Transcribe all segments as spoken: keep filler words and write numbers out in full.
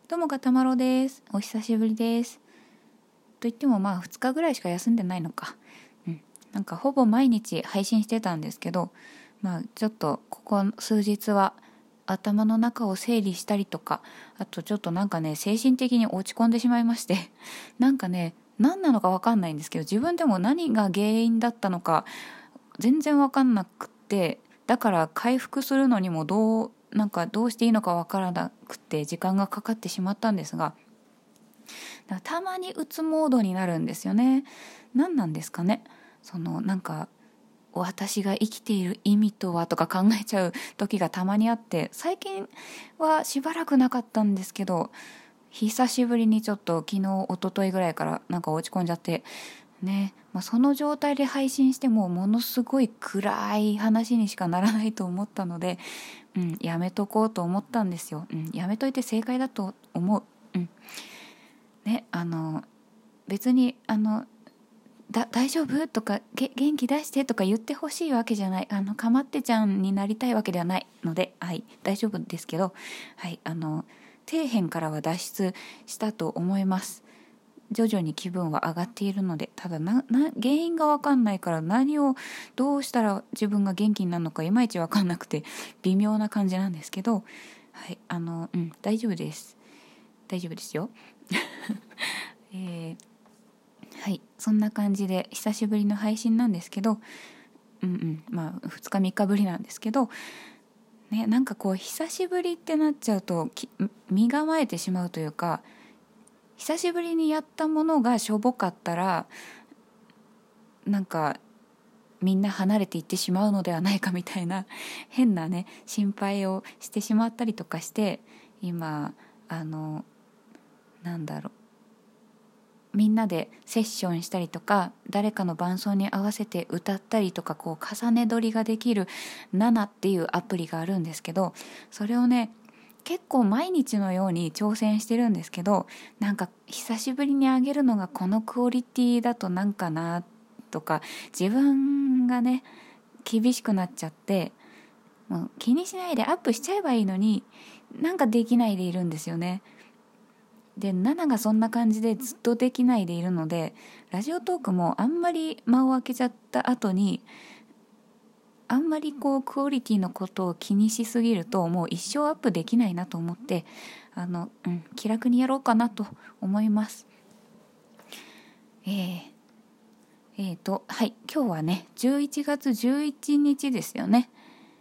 どうもかたまろです。お久しぶりです。と言ってもまあふつかぐらいしか休んでないのか。うん。なんかほぼ毎日配信してたんですけど、まあちょっとここ数日は頭の中を整理したりとか、あとちょっとなんかね精神的に落ち込んでしまいまして、なんかね何なのかわかんないんですけど、自分でも何が原因だったのか全然わかんなくって、だから回復するのにもどうなんかどうしていいのかわからなくて時間がかかってしまったんですが、たまにうつモードになるんですよね。何なんですかね。そのなんか私が生きている意味とはとか考えちゃう時がたまにあって、最近はしばらくなかったんですけど、久しぶりにちょっと昨日一昨日ぐらいからなんか落ち込んじゃってね、まあ、その状態で配信してもものすごい暗い話にしかならないと思ったので、うん、やめとこうと思ったんですよ、うん、やめといて正解だと思う、うんね、あの別にあのだ大丈夫とかげ元気出してとか言ってほしいわけじゃない、あのかまってちゃんになりたいわけではないので、はい大丈夫ですけど、はいあの底辺からは脱出したと思います。徐々に気分は上がっているので、ただなな原因が分かんないから何をどうしたら自分が元気になるのかいまいち分かんなくて微妙な感じなんですけど、はいあのうん大丈夫です大丈夫ですよ、えー、はいそんな感じで久しぶりの配信なんですけど、うんうんまあふつかみっかぶりなんですけどね、なんかこう久しぶりってなっちゃうと身構えてしまうというか、久しぶりにやったものがしょぼかったらなんかみんな離れていってしまうのではないかみたいな変なね心配をしてしまったりとかして、今あのなんだろうみんなでセッションしたりとか誰かの伴奏に合わせて歌ったりとか、こう重ね撮りができるナナっていうアプリがあるんですけど、それをね結構毎日のように挑戦してるんですけど、なんか久しぶりに上げるのがこのクオリティだとなんかなとか自分がね厳しくなっちゃって、もう気にしないでアップしちゃえばいいのになんかできないでいるんですよね。でナナがそんな感じでずっとできないでいるので、ラジオトークもあんまり間を空けちゃった後にあんまりこうクオリティのことを気にしすぎるともう一生アップできないなと思って、あの、うん、気楽にやろうかなと思います。えー、えーとはい今日はねじゅういちがつじゅういちにちですよね。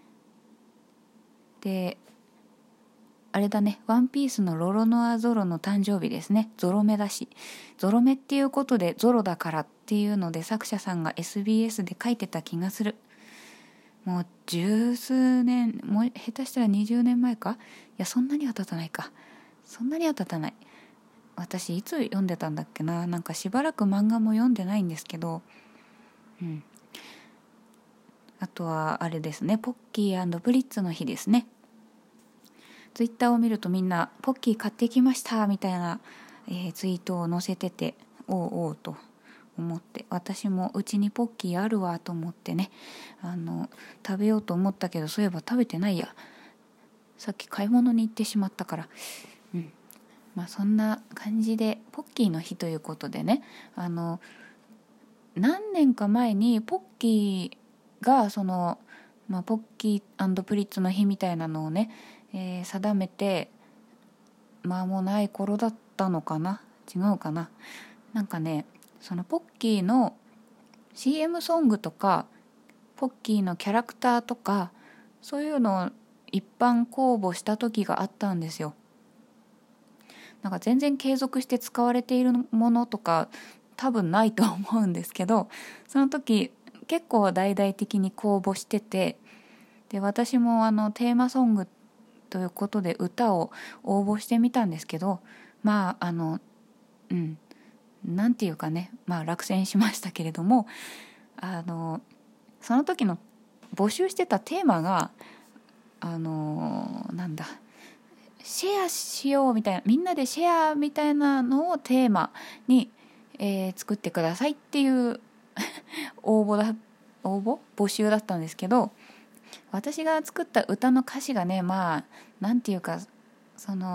であれだね、ワンピースのロロノアゾロの誕生日ですね。ゾロ目だし、ゾロ目っていうことでゾロだからっていうので作者さんが エスビーエス で書いてた気がする。もう十数年、もう下手したらにじゅうねんまえか、いやそんなには経たないか、そんなには経たない。私いつ読んでたんだっけな、なんかしばらく漫画も読んでないんですけど、うんあとはあれですね、ポッキー&ブリッツの日ですね。ツイッターを見るとみんなポッキー買ってきましたみたいな、えー、ツイートを載せてて、おうおうと思って、私もうちにポッキーあるわと思ってね、あの食べようと思ったけどそういえば食べてないや、さっき買い物に行ってしまったから、うんまあそんな感じでポッキーの日ということでね、あの何年か前にポッキーがその、まあ、ポッキー&プリッツの日みたいなのをね、えー、定めて間もない頃だったのかな、違うかな、なんかねそのポッキーの シーエム ソングとかポッキーのキャラクターとかそういうのを一般公募した時があったんですよ。なんか全然継続して使われているものとか多分ないと思うんですけど、その時結構大々的に公募してて、で私もあのテーマソングということで歌を応募してみたんですけど、まああのうんなんていうかね、まあ落選しましたけれども、あのその時の募集してたテーマがあのなんだシェアしようみたいな、みんなでシェアみたいなのをテーマに、えー作ってくださいっていう応募だ応募募集だったんですけど、私が作った歌の歌詞がね、まあなんていうかその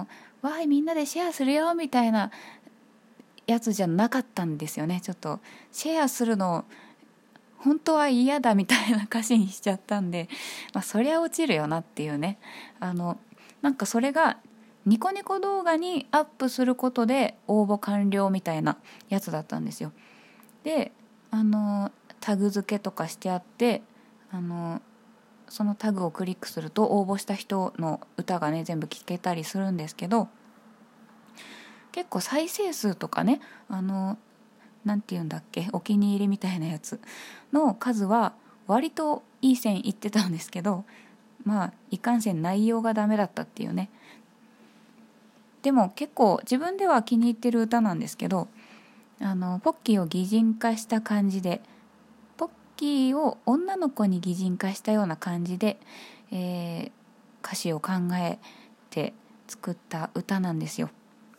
わーいみんなでシェアするよみたいなやつじゃなかったんですよね。ちょっとシェアするの本当は嫌だみたいな歌詞にしちゃったんで、まあ、そりゃ落ちるよなっていうね。あのなんかそれがニコニコ動画にアップすることで応募完了みたいなやつだったんですよ。であのタグ付けとかしてあって、あのそのタグをクリックすると応募した人の歌がね全部聞けたりするんですけど、結構再生数とかね、あのなんていうんだっけ、お気に入りみたいなやつの数は割といい線いってたんですけど、まあいかんせん内容がダメだったっていうね。でも結構自分では気に入ってる歌なんですけど、あのポッキーを擬人化した感じで、ポッキーを女の子に擬人化したような感じで、えー歌詞を考えて作った歌なんですよ。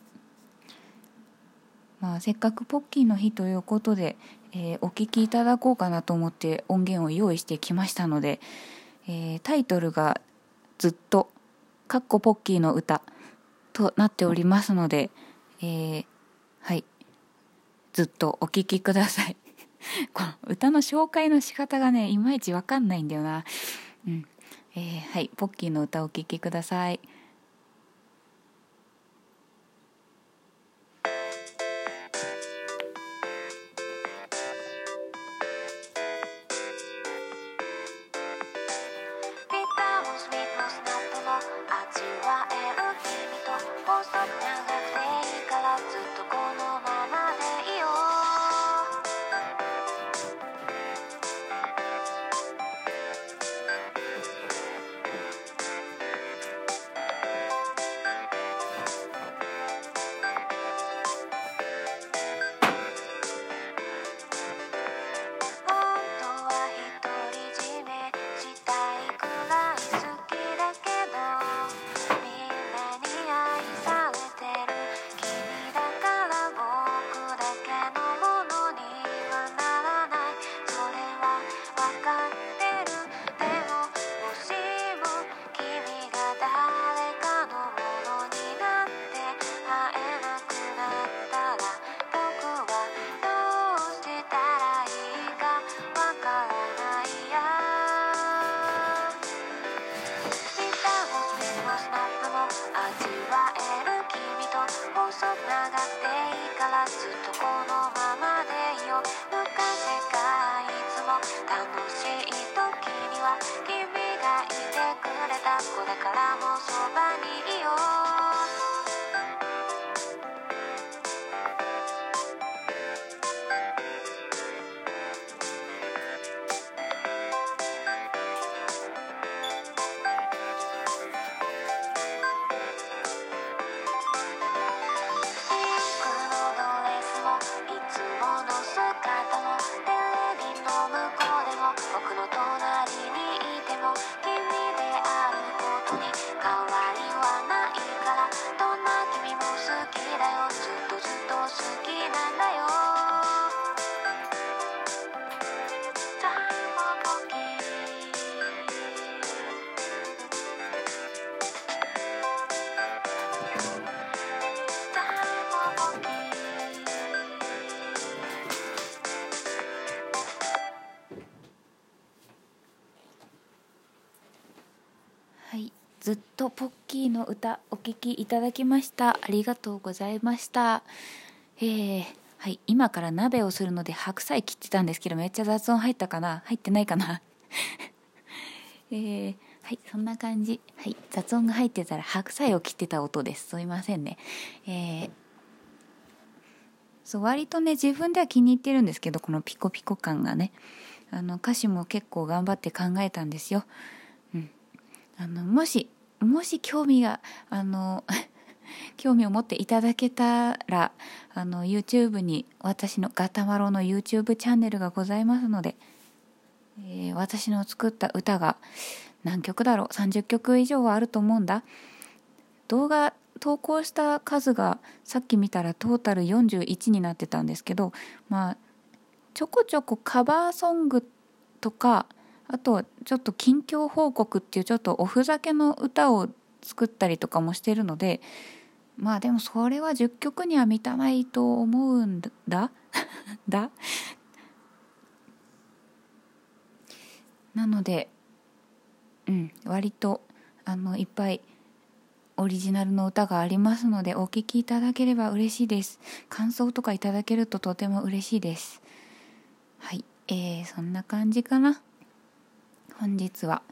まあ、せっかくポッキーの日ということで、えーお聴きいただこうかなと思って音源を用意してきましたので、えータイトルがずっとかっこポッキーの歌となっておりますので、えーはいずっとお聴きください。この歌の紹介の仕方がねいまいちわかんないんだよな。うんえー、はいポッキーの歌をお聴きください。ビターもスイートもスナップも味わえる君と細く長くていいからずっとこのままでいいよ。本当は独り占めしたいくらい好きだけど、みんなに愛されてる君だから僕だけのものにはならない。それは分かってる。でももしも君が誰かのものになって会えなくなったら、僕はどうしたらいいかわからないや。見たも見もスナップも味わえる君と細く長くていいからずっとこのままでいいよ。昔からいつも楽しい時には君がいてくれた。これからもそばにいよう。ピンクのドレスもいつもの姿もテレビの向こうでも僕の隣にいても君であることに変わりはないから、どんな君も好きだよ。ずっとずっと好きなんだよ。タイムポッキータイムポッキー。はい、ずっとポッキーの歌お聴きいただきました。ありがとうございました。えー、はい、今から鍋をするので白菜切ってたんですけど、めっちゃ雑音入ったかな、入ってないかな。えー、はいそんな感じ。はい、雑音が入ってたら白菜を切ってた音です。すいませんね。えー、そう割とね自分では気に入ってるんですけど、このピコピコ感がね、あの歌詞も結構頑張って考えたんですよ。うんあのもしもし興味があの興味を持っていただけたら、あの YouTube に私のガタマロの YouTube チャンネルがございますので、えー私の作った歌が何曲だろう、さんじゅっきょく以上はあると思うんだ。動画投稿した数がさっき見たらトータルよんじゅういちになってたんですけど、まあちょこちょこカバーソングとか、あとちょっと近況報告っていうちょっとおふざけの歌を作ったりとかもしてるので、 まあでもそれはじゅっきょくには満たないと思うんだだなので、うん割とあのいっぱいオリジナルの歌がありますので、お聴きいただければ嬉しいです。感想とかいただけるととても嬉しいです。はい、えー、そんな感じかな。本日は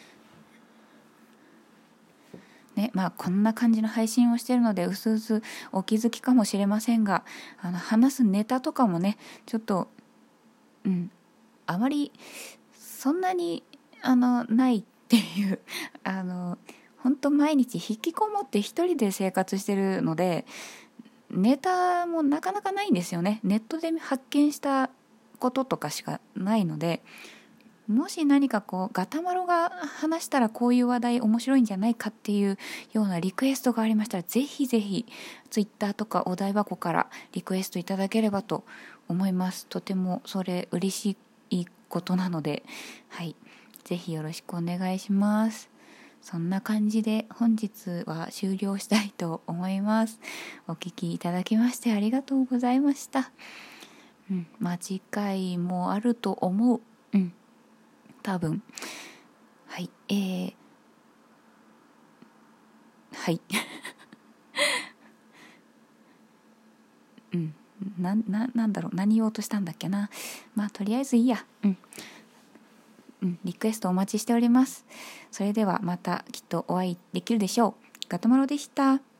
ね、まあこんな感じの配信をしているのでうすうすお気づきかもしれませんが、あの話すネタとかもねちょっとうんあまりそんなにあのないっていうあの本当毎日引きこもって一人で生活してるので、ネタもなかなかないんですよね。ネットで発見したこととかしかないので、もし何かこうガタマロが話したらこういう話題面白いんじゃないかっていうようなリクエストがありましたら、ぜひぜひツイッターとかお題箱からリクエストいただければと思います。とてもそれ嬉しいことなので、はい、ぜひよろしくお願いします。そんな感じで本日は終了したいと思います。お聞きいただきましてありがとうございました。うん、まあ次回もあると思う。うん多分はいえー、はいうんな、な、なんだろう何言おうとしたんだっけな。まあとりあえずいいや。うんうん、リクエストお待ちしております。それではまたきっとお会いできるでしょう。ガトマロでした。